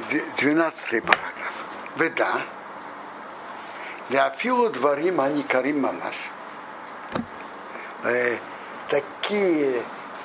12 параграф. Веда. Леофилу дворим они карим мамаш. Такие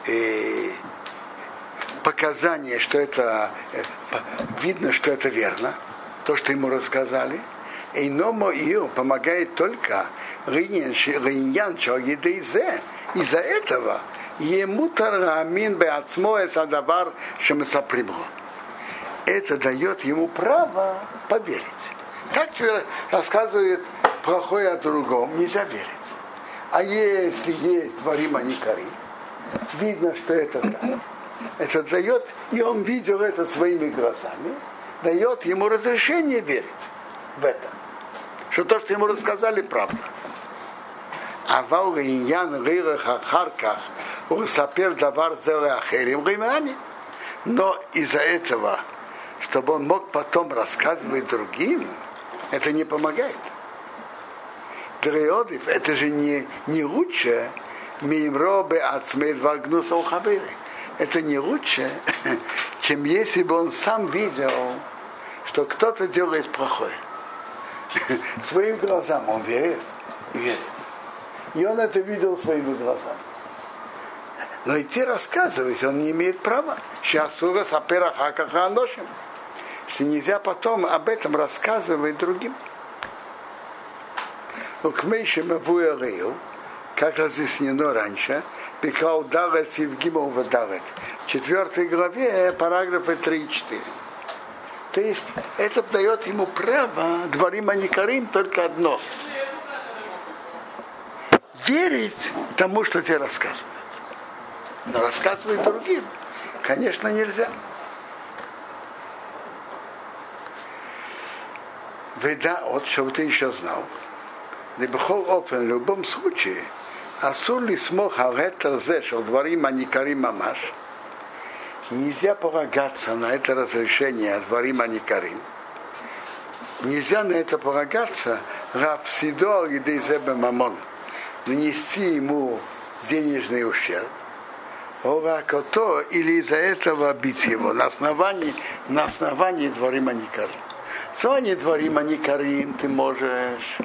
показания, что это видно, что это верно, то, что ему рассказали. И но ее помогает только риньян чогидейзе. Из-за этого ему тарамин беацмо эсадавар шемесапримго. Это дает ему право поверить. Так рассказывает плохое о другом, нельзя верить. А если есть дворим они карим, видно, что это так. Это дает, и он видел это своими глазами, дает ему разрешение верить в это. Что то, что ему рассказали, правда. А вауриньян рирах ахарках урсапер давар зеле ахерим римани. Но из-за этого, чтобы он мог потом рассказывать другим, это не помогает. Дреодив, это же не лучше мимробе ацмед вагнуса ухабери. Это не лучше, чем если бы он сам видел, что кто-то делает плохое. Своим глазам он верит. И он это видел своими глазами. Но идти рассказывать он не имеет права. Сейчас сура сапера хакаха аношим. Что нельзя потом об этом рассказывать другим. Как разъяснено раньше, Пикал Далет Сивгимов Вадалет. В 4 главе параграфы 3 и 4. То есть это дает ему право, дворим они карим, только одно. Верить тому, что тебе рассказывают. Но рассказывать другим, конечно, нельзя. Веда, вот чтобы ты еще знал, в любом случае, асур ли смог харетер зе, что дворим они карим мамаш, нельзя полагаться на это разрешение дворим они карим. Нельзя на это полагаться рав сидор и дейзебе мамон, нанести ему денежный ущерб, оракото, или из-за этого бить его на основании дворим они карим. На основании дворим они карим ты можешь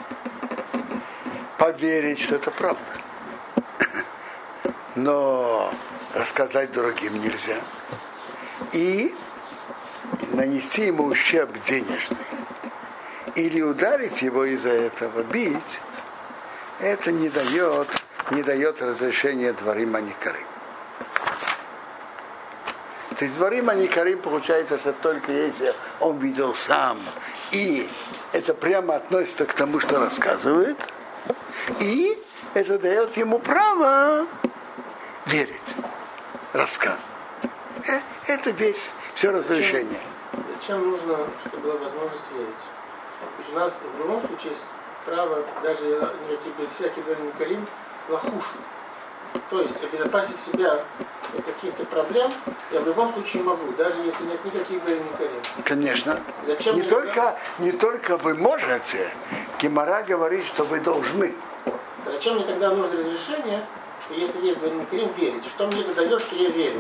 поверить, что это правда. Но рассказать другим нельзя. И нанести ему ущерб денежный. Или ударить его из-за этого, бить, это не дает разрешения дворим они карим. То есть дворим они карим получается, что только если он видел сам, и это прямо относится к тому, что рассказывает, и это дает ему право верить, рассказ. Это весь все разрешение. Зачем нужно, чтобы была возможность верить? Ведь у нас в любом случае есть право, даже без всяких дворим карим, лахушу. То есть обезопасить себя от каких-то проблем я в любом случае могу, даже если нет никаких дворим карим. Конечно. Зачем Не только вы можете, Гемара говорит, что вы должны. Зачем мне тогда нужно разрешение, что если есть дворим карим, верить? Что мне это дает, что я верю?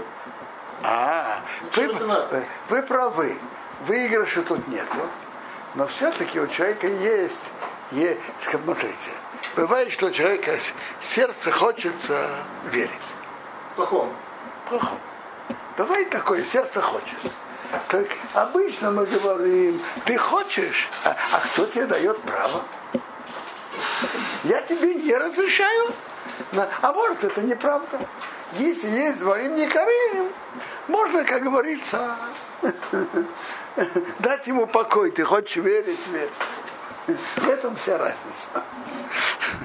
Вы правы. Выигрыша тут нету. Но все-таки у человека есть, смотрите, бывает, что у человека сердце хочется верить. Плохому. Бывает такое, сердце хочет. Так обычно мы говорим, ты хочешь, а кто тебе дает право? Я тебе не разрешаю. А может, это неправда. Если есть дворим не карим, можно, как говорится, дать ему покой. Ты хочешь верить, верь. В этом вся разница.